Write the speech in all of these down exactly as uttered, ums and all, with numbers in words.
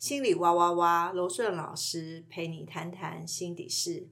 心理哇哇哇，柔顺老师陪你谈谈心底事。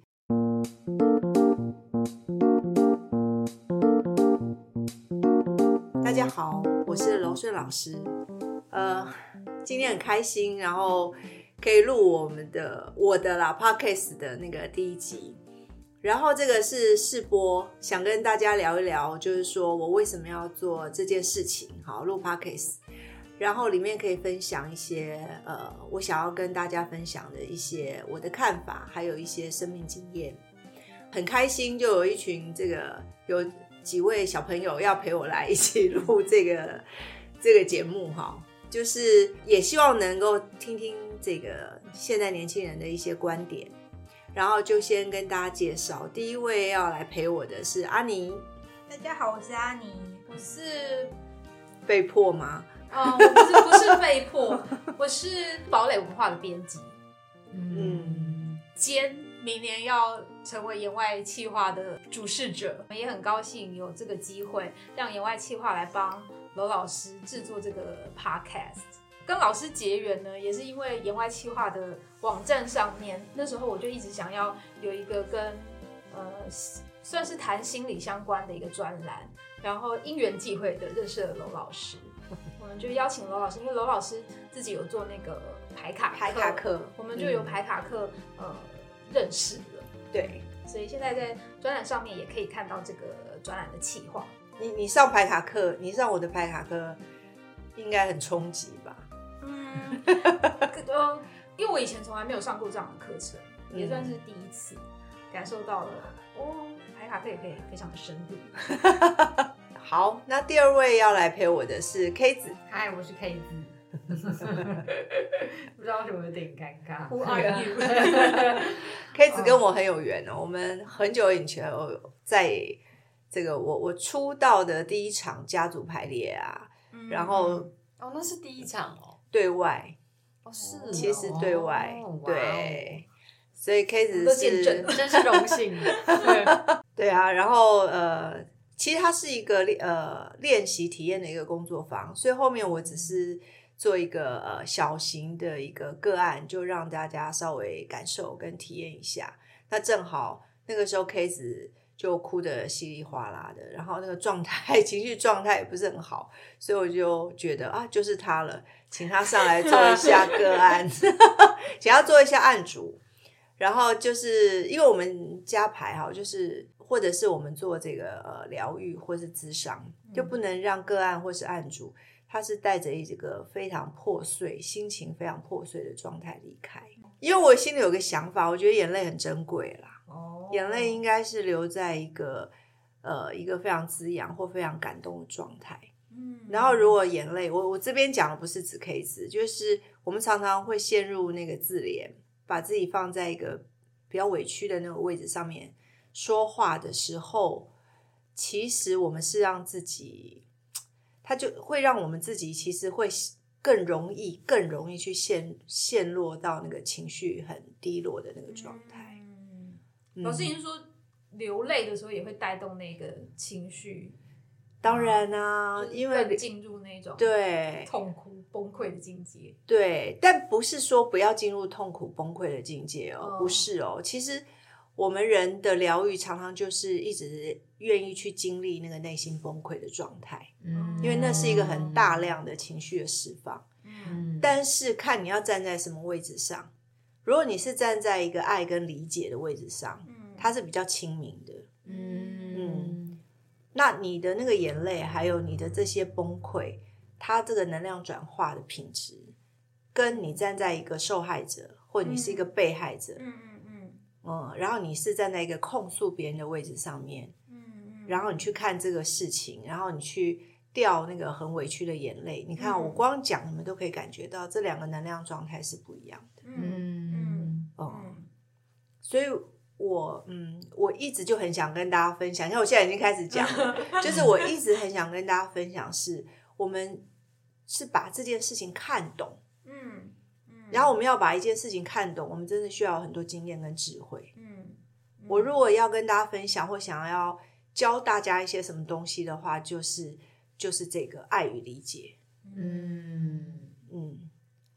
大家好，我是柔顺老师。呃，今天很开心，然后可以录我们的我的啦 Podcast 的那个第一集。然后这个是试播，想跟大家聊一聊，就是说我为什么要做这件事情，好，录 Podcast。然后里面可以分享一些呃，我想要跟大家分享的一些我的看法，还有一些生命经验。很开心，就有一群这个有几位小朋友要陪我来一起录这个这个节目哈，就是也希望能够听听这个现在年轻人的一些观点。然后就先跟大家介绍，第一位要来陪我的是阿妮。 大家好，我是阿妮，我是被迫吗？ 嗯，我不是不是被迫，我是堡垒文化的编辑，嗯，兼明年要成为言外企划的主事者，也很高兴有这个机会让言外企划来帮娄老师制作这个 podcast。跟老师结缘呢，也是因为言外企划的网站上面，那时候我就一直想要有一个跟呃算是谈心理相关的一个专栏，然后因缘际会的认识了娄老师，我们就邀请娄老师，因为娄老师自己有做那个牌卡课牌卡课， 我们就有牌卡课、嗯、呃认识了， 对， 所以现在在专栏上面也可以看到这个专栏的企划。 你你上牌卡课，你上我的牌卡课，应该很冲击吧？ 嗯，呃，因为我以前从来没有上过这样的课程，也算是第一次感受到了哦，牌卡课也可以非常的深入。 好，那第二位要来陪我的是 K 子。 嗨，我是 K 子。不知道为什么有点尴尬。 Who are you？ K 子跟我很有缘哦，我们很久以前在这个我我出道的第一场家族排列啊，嗯、然后哦，那是第一场哦。 对外哦，是哦， 其实对外、哦、对，所以 K 子是真是荣幸的。 对啊，然后呃，其实它是一个呃练习体验的一个工作坊，所以后面我只是做一个呃小型的一个个案，就让大家稍微感受跟体验一下。那正好那个时候 K 子就哭得稀里哗啦的，然后那个状态情绪状态也不是很好，所以我就觉得啊，就是他了，请他上来做一下个案请他做一下案主。然后就是因为我们家牌哈，就是或者是我们做这个呃疗愈或是咨商，就不能让个案或是案主他是带着一个非常破碎心情非常破碎的状态离开。因为我心里有个想法，我觉得眼泪很珍贵啦，哦，眼泪应该是留在一个呃一个非常滋养或非常感动的状态。嗯，然后如果眼泪，我我这边讲的不是指 case， 就是我们常常会陷入那个自怜，把自己放在一个比较委屈的那个位置上面说话的时候，其实我们是让自己，它就会让我们自己其实会更容易更容易去陷陷落到那个情绪很低落的那个状态。 嗯嗯、老师你是说流泪的时候也会带动那个情绪？ 当然啊， 就是因为更进入那种对痛苦崩溃的境界。 对，但不是说不要进入痛苦崩溃的境界哦， 哦不是哦。其实我们人的疗愈常常就是一直愿意去经历那个内心崩溃的状态，嗯，因为那是一个很大量的情绪的释放。嗯，但是看你要站在什么位置上。如果你是站在一个爱跟理解的位置上，嗯，它是比较亲民的。嗯嗯，那你的那个眼泪还有你的这些崩溃，它这个能量转化的品质跟你站在一个受害者或者你是一个被害者，嗯嗯嗯嗯，然后你是站在一个控诉别人的位置上面，嗯嗯，然后你去看这个事情，然后你去掉那个很委屈的眼泪，你看我光讲你们都可以感觉到这两个能量状态是不一样的。嗯嗯嗯，所以我嗯，我一直就很想跟大家分享，像我现在已经开始讲了就是我一直很想跟大家分享是我们是把这件事情看懂，嗯嗯，然后我们要把一件事情看懂，我们真的需要很多经验跟智慧。嗯，嗯我如果要跟大家分享或想要教大家一些什么东西的话，就是就是这个爱与理解。嗯嗯，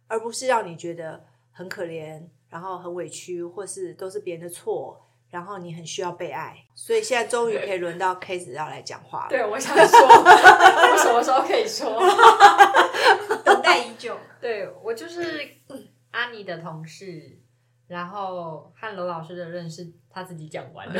而不是让你觉得很可怜，然后很委屈，或是都是别人的错，然后你很需要被爱。所以现在终于可以轮到 K 子要来讲话了。 对，我想说我什么时候可以说？ 等待已久。 对，我就是阿妮的同事，然后和罗老师的认识他自己讲完了。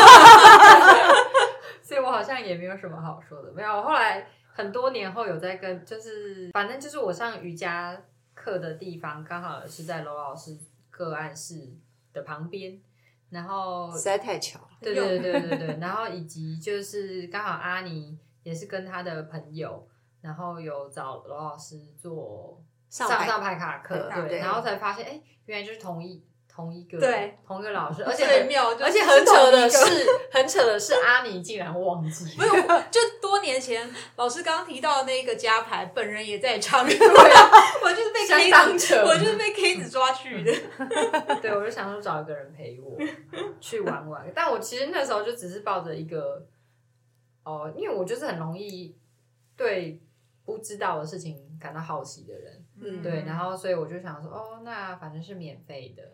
所以我好像也没有什么好说的。没有，后来很多年后有在跟，就是反正就是我上瑜伽课的地方刚好是在罗老师个案室的旁边，然后实在太巧了。 对对对对对对，然后以及就是刚好阿妮也是跟他的朋友，然后有找罗老师做上上上牌卡课，对， 对， 然后才发现哎，原来就是同一同一个对同一个老师，而且最妙就是而且很扯的是，很扯的是阿妮竟然忘记， 不是，就多年前老师刚刚提到的那个加牌，本人也在场，对啊， 我就是被 K 相当子， 扯我就是被 K 子抓去的。 对，我就想说找一个人陪我去玩玩，但我其实那时候就只是抱着一个哦，因为我就是很容易对不知道的事情感到好奇的人。 嗯， 对，然后所以我就想说，哦，那反正是免费的，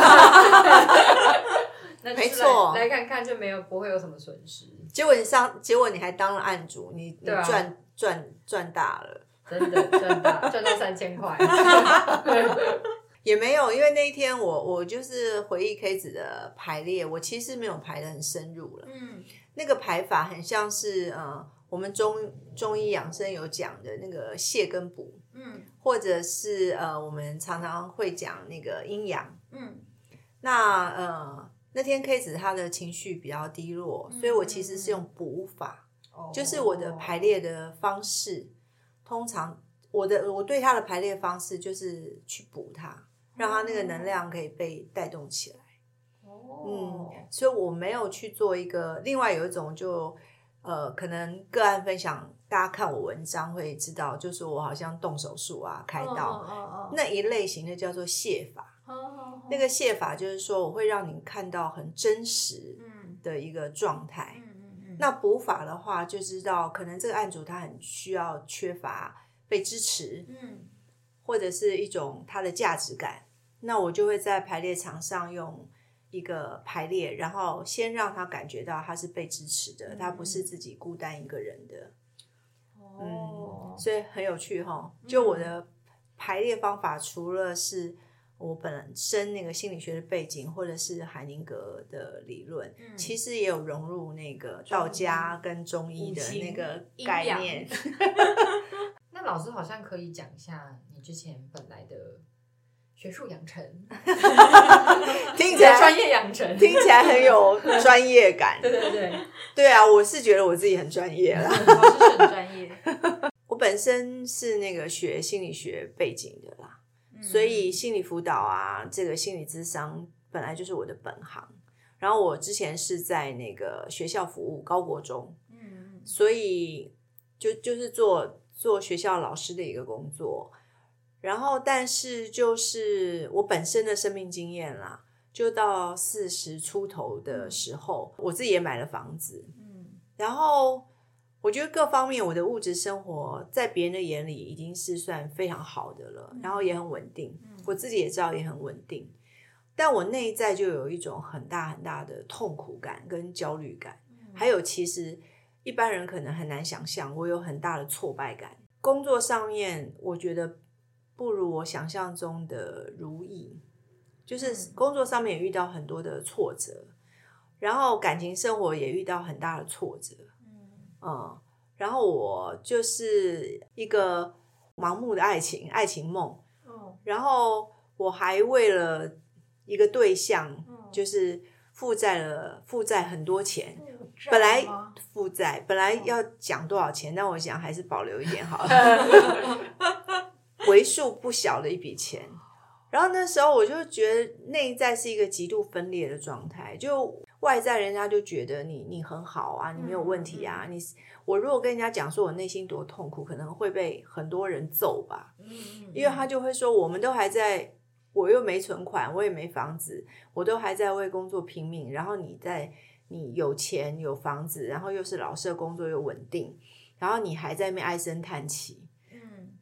那没错， 来看看就没有不会有什么损失。 结果你上，结果你还当了案主，你你啊赚赚赚大了， 真的赚大赚到三千块， 也没有，因为那一天我我就是回忆 K 子的排列，我其实没有排得很深入了， 嗯， 那个排法很像是呃我们中中医养生有讲的那个泻跟补。 嗯， 或者是呃，我们常常会讲那个阴阳， 嗯， 那呃那天 K 子他的情绪比较低落， 嗯、 所以我其实是用补法， 嗯、 就是我的排列的方式，通常我的我对他的排列方式就是去补他，让他那个能量可以被带动起来。 哦， 嗯，所以我没有去做一个，另外有一种就呃，可能个案分享。大家看我文章会知道，就是我好像动手术啊、开刀、 嗯嗯嗯、 那一类型的叫做泻法。 嗯嗯、 那个泻法就是说，我会让你看到很真实的一个状态。 嗯嗯嗯、 那补法的话，就知道可能这个案主他很需要缺乏被支持， 嗯， 或者是一种他的价值感。那我就会在排列场上用一个排列，然后先让他感觉到他是被支持的， 嗯、 他不是自己孤单一个人的。 哦、 嗯，所以很有趣哈。就我的排列方法，除了是我本身那个心理学的背景，或者是海宁格的理论， 嗯、 其实也有融入那个道家跟中医的那个概念。 那老师好像可以讲一下你之前本来的学术养成， 听起来专业养成， 听起来很有专业感。 对对对， 对啊，我是觉得我自己很专业啦。 老师是很专业。 我本身是那个学心理学背景的啦， 嗯、 所以心理辅导啊，这个心理咨商本来就是我的本行。然后我之前是在那个学校服务高国中， 嗯， 所以就就是做做学校老师的一个工作。然后但是就是我本身的生命经验啦，就到四十出头的时候，我自己也买了房子， 嗯， 然后我觉得各方面我的物质生活在别人的眼里已经是算非常好的了，然后也很稳定，我自己也知道也很稳定，但我内在就有一种很大很大的痛苦感跟焦虑感，还有其实一般人可能很难想象，我有很大的挫败感。工作上面我觉得不如我想象中的如意，就是工作上面也遇到很多的挫折，然后感情生活也遇到很大的挫折，嗯，然后我就是一个盲目的爱情爱情梦，然后我还为了一个对象就是负债了负债很多钱，本来负债本来要讲多少钱，但我想还是保留一点好了为数不小的一笔钱。然后那时候我就觉得内在是一个极度分裂的状态，就外在人家就觉得你你很好啊，你没有问题啊，你我如果跟人家讲说我内心多痛苦，可能会被很多人揍吧，因为他就会说我们都还在，我又没存款，我也没房子，我都还在为工作拼命，然后你在你有钱有房子，然后又是老师的工作又稳定，然后你还在那边唉声叹气，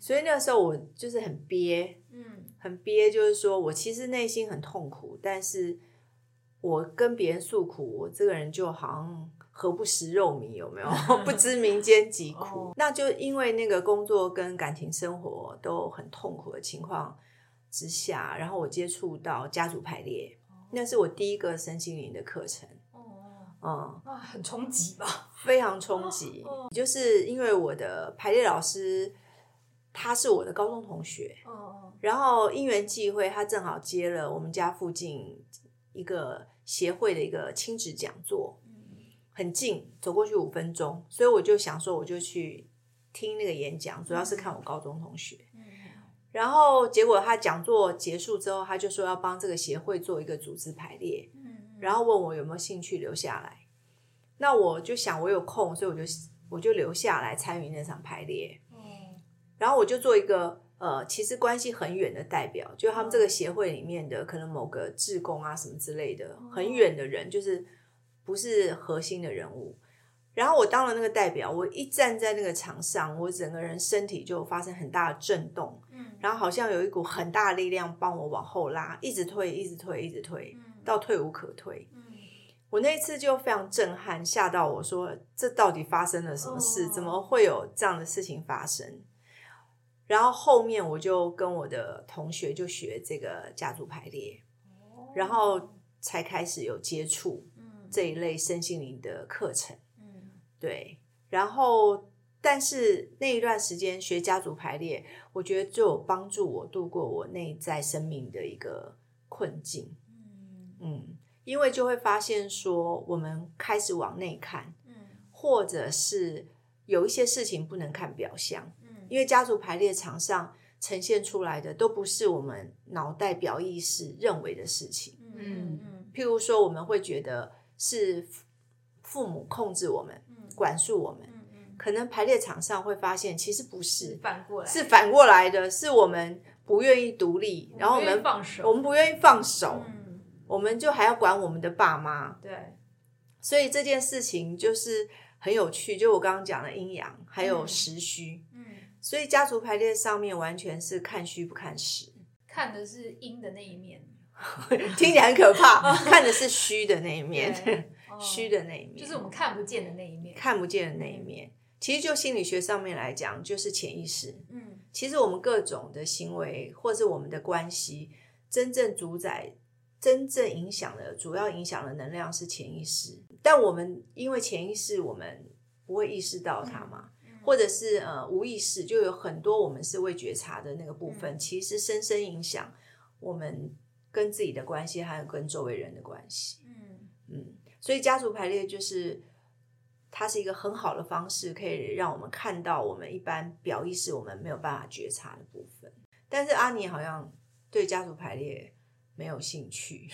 所以那个时候我就是很憋， 嗯， 很憋，就是说我其实内心很痛苦，但是我跟别人诉苦，我这个人就好像何不食肉糜，有没有？不知民间疾苦。 哦那就因为那个工作跟感情生活都很痛苦的情况之下，然后我接触到家族排列，那是我第一个身心灵的课程。 嗯，哇，很冲击吧？ 非常冲击， 哦就是因为我的排列老师他是我的高中同学， 哦然后因缘际会，他正好接了我们家附近一个协会的一个亲子讲座，很近，走过去五分钟，所以我就想说，我就去听那个演讲，主要是看我高中同学。然后结果他讲座结束之后，他就说要帮这个协会做一个组织排列，然后问我有没有兴趣留下来。那我就想我有空，所以我就我就留下来参与那场排列。然后我就做一个呃，其实关系很远的代表，就他们这个协会里面的可能某个志工啊什么之类的，很远的人，就是不是核心的人物。然后我当了那个代表，我一站在那个场上，我整个人身体就发生很大的震动，然后好像有一股很大的力量帮我往后拉，一直推，一直推，一直推，到退无可退。我那一次就非常震撼，吓到我说这到底发生了什么事？怎么会有这样的事情发生？然后后面我就跟我的同学就学这个家族排列，然后才开始有接触这一类身心灵的课程。对，然后但是那一段时间学家族排列，我觉得就有帮助我度过我内在生命的一个困境。嗯，因为就会发现说我们开始往内看，或者是有一些事情不能看表象，因为家族排列场上呈现出来的都不是我们脑袋表意识认为的事情。 嗯譬如说我们会觉得是父母控制我们，管束我们，可能排列场上会发现其实不是， 反过来是反过来的，是我们不愿意独立，然后我们放手， 我们不愿意放手， 嗯， 我们就还要管我们的爸妈。 对， 所以这件事情就是很有趣，就我刚刚讲的阴阳还有时虚。 嗯， 所以家族排列上面完全是看虚不看实， 看的是阴的那一面， 听起来很可怕，看的是虚的那一面， 对虚的那一面， 就是我们看不见的那一面， 看不见的那一面。其实就心理学上面来讲，就是潜意识。 嗯， 其实我们各种的行为或是我们的关系，真正主宰、真正影响的主要影响的能量是潜意识。但我们因为潜意识我们不会意识到它嘛， 嗯、 或者是呃无意识，就有很多我们是未觉察的那个部分， 嗯、 其实深深影响我们跟自己的关系，还有跟周围人的关系。 嗯嗯，所以家族排列就是它是一个很好的方式，可以让我们看到我们一般表意识我们没有办法觉察的部分。但是阿妮好像对家族排列没有兴趣。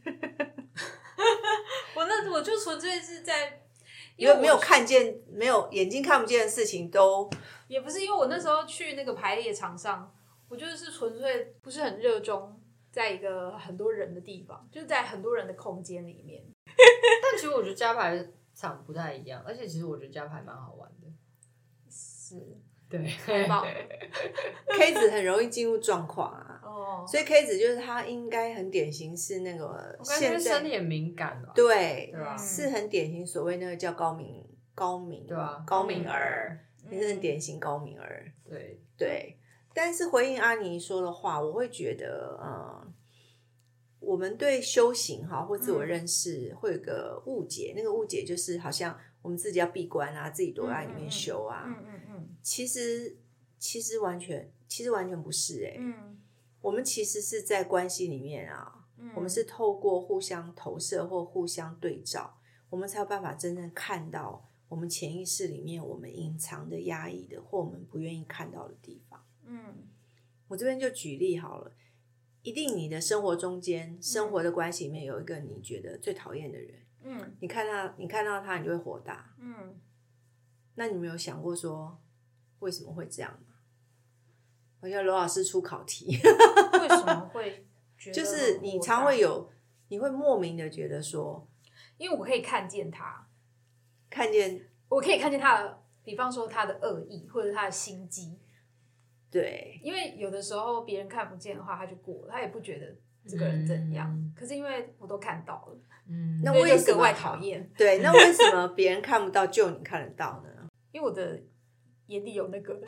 我那我就纯粹是在， 因为没有看见，没有眼睛看不见的事情都， 也不是因为我那时候去那个排列场上，我就是纯粹不是很热衷在一个很多人的地方，就是在很多人的空间里面。 但其实我觉得加排场不太一样，而且其实我觉得加排蛮好玩的。 是， 对， 很棒。 K 子很容易进入状况啊， 哦， 所以 K 子就是他应该很典型是那个我感觉身体很敏感吧， 对， 对吧？ 是很典型所谓那个叫高敏高敏， 对啊， 高敏儿， 嗯你是很典型高敏儿， 对对。但是回应阿妮说的话，我会觉得，呃，我们对修行哈或自我认识会有个误解，那个误解就是好像我们自己要闭关啊，自己躲在里面修啊， 嗯嗯嗯， 其实其实完全其实完全不是哎、欸， 嗯， 我们其实是在关系里面啊， 嗯我们是透过互相投射或互相对照，我们才有办法真正看到我们潜意识里面我们隐藏的、压抑的或我们不愿意看到的地方。 嗯， 我这边就举例好了，一定你的生活中间、生活的关系里面有一个你觉得最讨厌的人， 嗯， 你看他，你看到他，你就会火大， 嗯， 那你没有想过说为什么会这样吗？我要罗老师出考题， 为什么会觉得就是你常会有，你会莫名的觉得说， 因为我可以看见他， 看见我可以看见他的，比方说他的恶意或者他的心机， 对， 因为有的时候别人看不见的话，他就过了，他也不觉得这个人怎样。嗯、可是因为我都看到了， 嗯，那为什么格外讨厌？ 对，那为什么别人看不到，就你看得到呢？ 因为我的眼里有那个，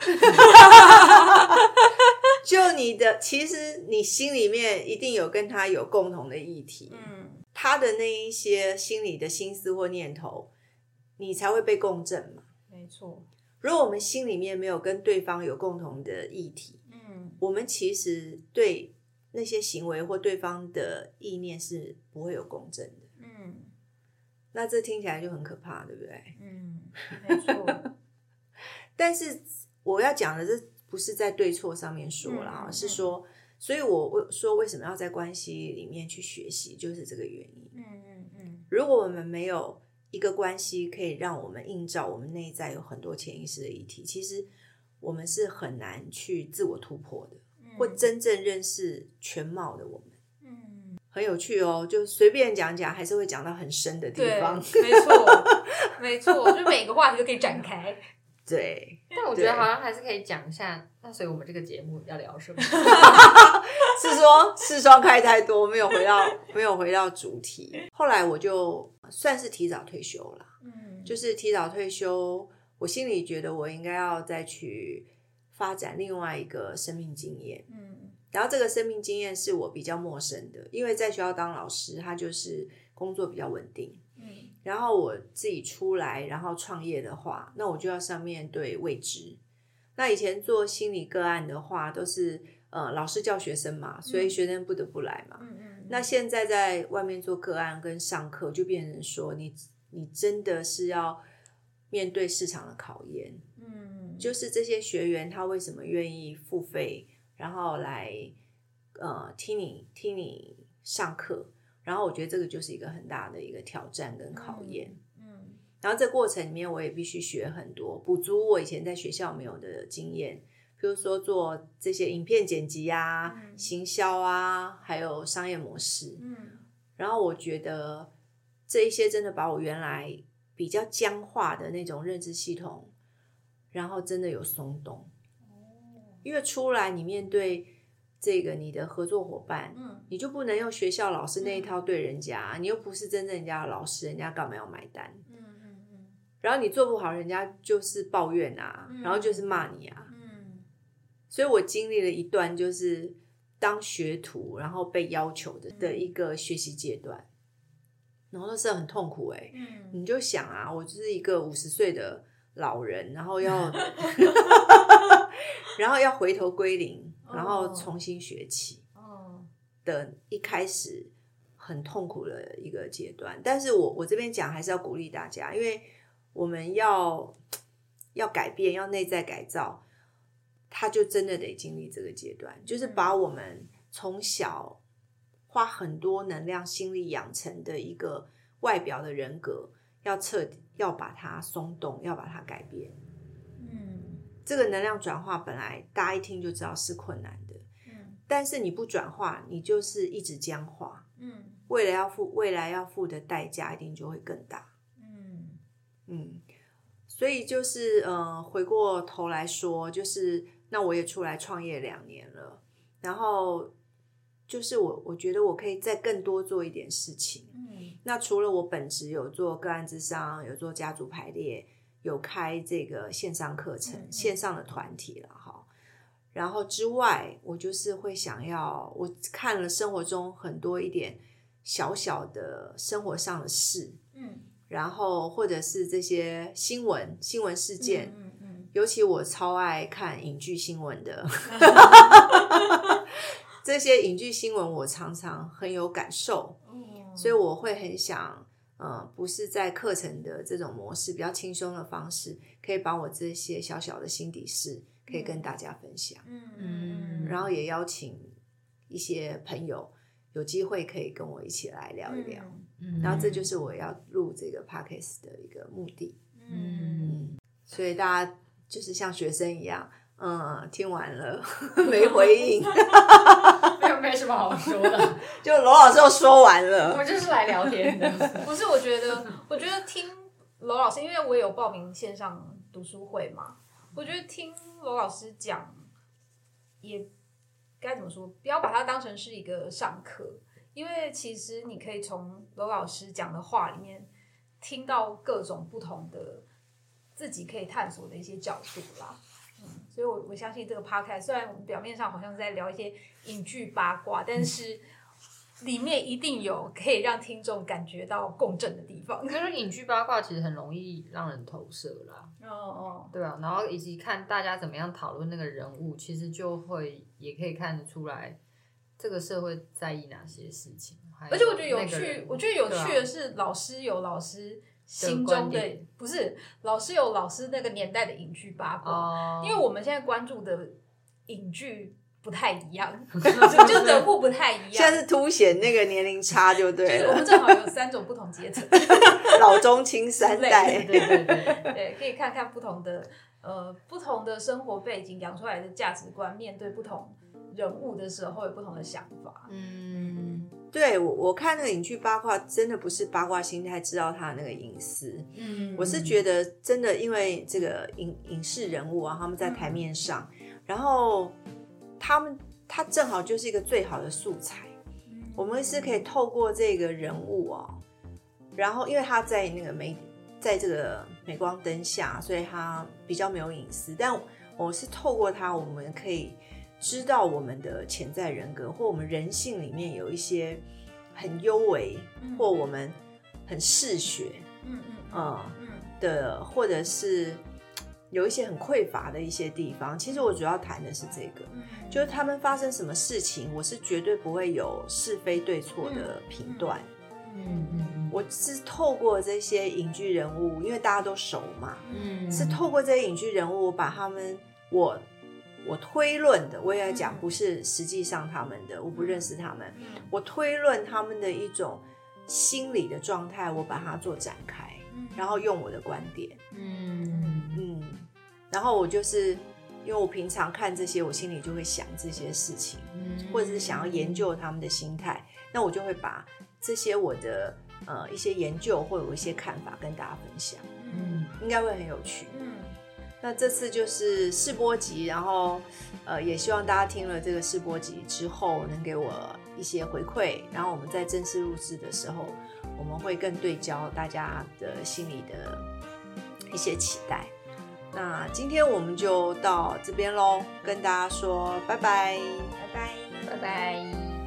就你的，其实你心里面一定有跟他有共同的议题，嗯，他的那一些心里的心思或念头，你才会被共振嘛。 没错。 如果我们心里面没有跟对方有共同的议题，嗯，我们其实对那些行为或对方的意念是不会有共振的，嗯，那这听起来就很可怕，对不对？ 嗯，没错。 但是我要讲的这不是在对错上面说啦，嗯、是说，所以我说为什么要在关系里面去学习，就是这个原因。嗯嗯嗯，如果我们没有一个关系可以让我们映照我们内在有很多潜意识的议题，其实我们是很难去自我突破的，嗯、或真正认识全貌的我们。嗯，很有趣哦，就随便讲讲，还是会讲到很深的地方。 对，没错，没错，就每个话题都可以展开。 对， 但我觉得好像还是可以讲一下，那所以我们这个节目要聊什么？ 是说视窗开太多，没有回到没有回到主题。后来我就算是提早退休了，嗯，就是提早退休，我心里觉得我应该要再去发展另外一个生命经验，嗯，然后这个生命经验是我比较陌生的，因为在学校当老师，他就是工作比较稳定。然后我自己出来然后创业的话，那我就要上面对未知。那以前做心理个案的话都是呃老师教学生嘛，所以学生不得不来嘛。嗯嗯。那现在在外面做个案跟上课，就变成说你你真的是要面对市场的考验。嗯。就是这些学员他为什么愿意付费，然后来呃听你听你上课。然后我觉得这个就是一个很大的一个挑战跟考验，嗯，嗯然后这个过程里面我也必须学很多，补足我以前在学校没有的经验，比如说做这些影片剪辑啊、嗯、行销啊，还有商业模式，嗯，然后我觉得这一些真的把我原来比较僵化的那种认知系统，然后真的有松动，哦，因为出来你面对这个你的合作伙伴，嗯，你就不能用学校老师那一套对人家，嗯，你又不是真正人家的老师，人家干嘛要买单？嗯嗯嗯。然后你做不好，人家就是抱怨啊，嗯，然后就是骂你啊。嗯。所以我经历了一段就是当学徒，然后被要求的的一个学习阶段，然后那时候很痛苦哎，欸。嗯。你就想啊，我就是一个五十岁的老人，然后要，然后要回头归零。然后重新学起的一开始很痛苦的一个阶段，但是我我这边讲还是要鼓励大家，因为我们要要改变，要内在改造，他就真的得经历这个阶段，就是把我们从小花很多能量心力养成的一个外表的人格，要彻底要把它松动，要把它改变。这个能量转化本来大家一听就知道是困难的，嗯，但是你不转化，你就是一直僵化，嗯，未来要付未来要付的代价一定就会更大，嗯嗯，所以就是呃，回过头来说，就是那我也出来创业两年了，然后就是我我觉得我可以再更多做一点事情，嗯，那除了我本职有做个案諮商，有做家族排列。有开这个线上课程，嗯嗯线上的团体了哈。然后之外，我就是会想要，我看了生活中很多一点小小的生活上的事，嗯，然后或者是这些新闻新闻事件，嗯嗯嗯尤其我超爱看影剧新闻的，这些影剧新闻我常常很有感受，嗯，所以我会很想。呃，不是在课程的这种模式比较轻松的方式，可以把我这些小小的心底事可以跟大家分享，嗯，然后也邀请一些朋友有机会可以跟我一起来聊一聊，嗯，然后这就是我要录这个 podcast 的一个目的，嗯，所以大家就是像学生一样，嗯，听完了没回应没有没什么好说的就罗老师都说完了， 我就是来聊天的不是我觉得我觉得听罗老师，因为我也有报名线上读书会嘛，我觉得听罗老师讲也该怎么说，不要把它当成是一个上课，因为其实你可以从娄老师讲的话里面听到各种不同的自己可以探索的一些角度啦。嗯，所以我我相信这个 podcast 虽然我们表面上好像是在聊一些影剧八卦，但是里面一定有可以让听众感觉到共振的地方。 我觉得影剧八卦其实很容易让人投射啦。 哦哦， 对啊，然后以及看大家怎么样讨论那个人物，其实就会也可以看得出来这个社会在意哪些事情。 而且我觉得有趣，我觉得有趣的是，老师有老师心中的，不是老师有老师那个年代的影剧八卦，哦、因为我们现在关注的影剧不太一样，就人物不太一样。 现在是凸显那个年龄差就对了。 就是我们正好有三种不同阶层， 老中青三代， 对对对对，可以看看不同的呃不同的生活背景养出来的价值观，面对不同人物的时候有不同的想法。 嗯，对我我看那个影剧八卦，真的不是八卦心态，知道他的那个隐私。嗯，我是觉得真的，因为这个影影视人物啊，他们在台面上，嗯、然后他们他正好就是一个最好的素材。嗯、我们是可以透过这个人物哦，然后因为他在那个媒在这个镁光灯下，所以他比较没有隐私，但我是透过他，我们可以知道我们的潜在人格，或我们人性里面有一些很幽微，嗯、或我们很嗜血，嗯嗯嗯嗯的，或者是有一些很匮乏的一些地方。其实我主要谈的是这个，嗯、就是他们发生什么事情，我是绝对不会有是非对错的评断。嗯嗯嗯，我是透过这些影剧人物，因为大家都熟嘛，嗯，是透过这些影剧人物，我把他们我。我推论的，我也要讲，不是实际上他们的，我不认识他们。嗯、我推论他们的一种心理的状态，我把它做展开，嗯、然后用我的观点。嗯嗯，然后我就是因为我平常看这些，我心里就会想这些事情，嗯、或者是想要研究他们的心态，那我就会把这些我的呃一些研究或者有一些看法跟大家分享。嗯，应该会很有趣。嗯。那这次就是试播集，然后呃也希望大家听了这个试播集之后能给我一些回馈，然后我们在正式录制的时候，我们会更对焦大家的心里的一些期待。那今天我们就到这边咯，跟大家说拜拜， 拜拜， 拜拜。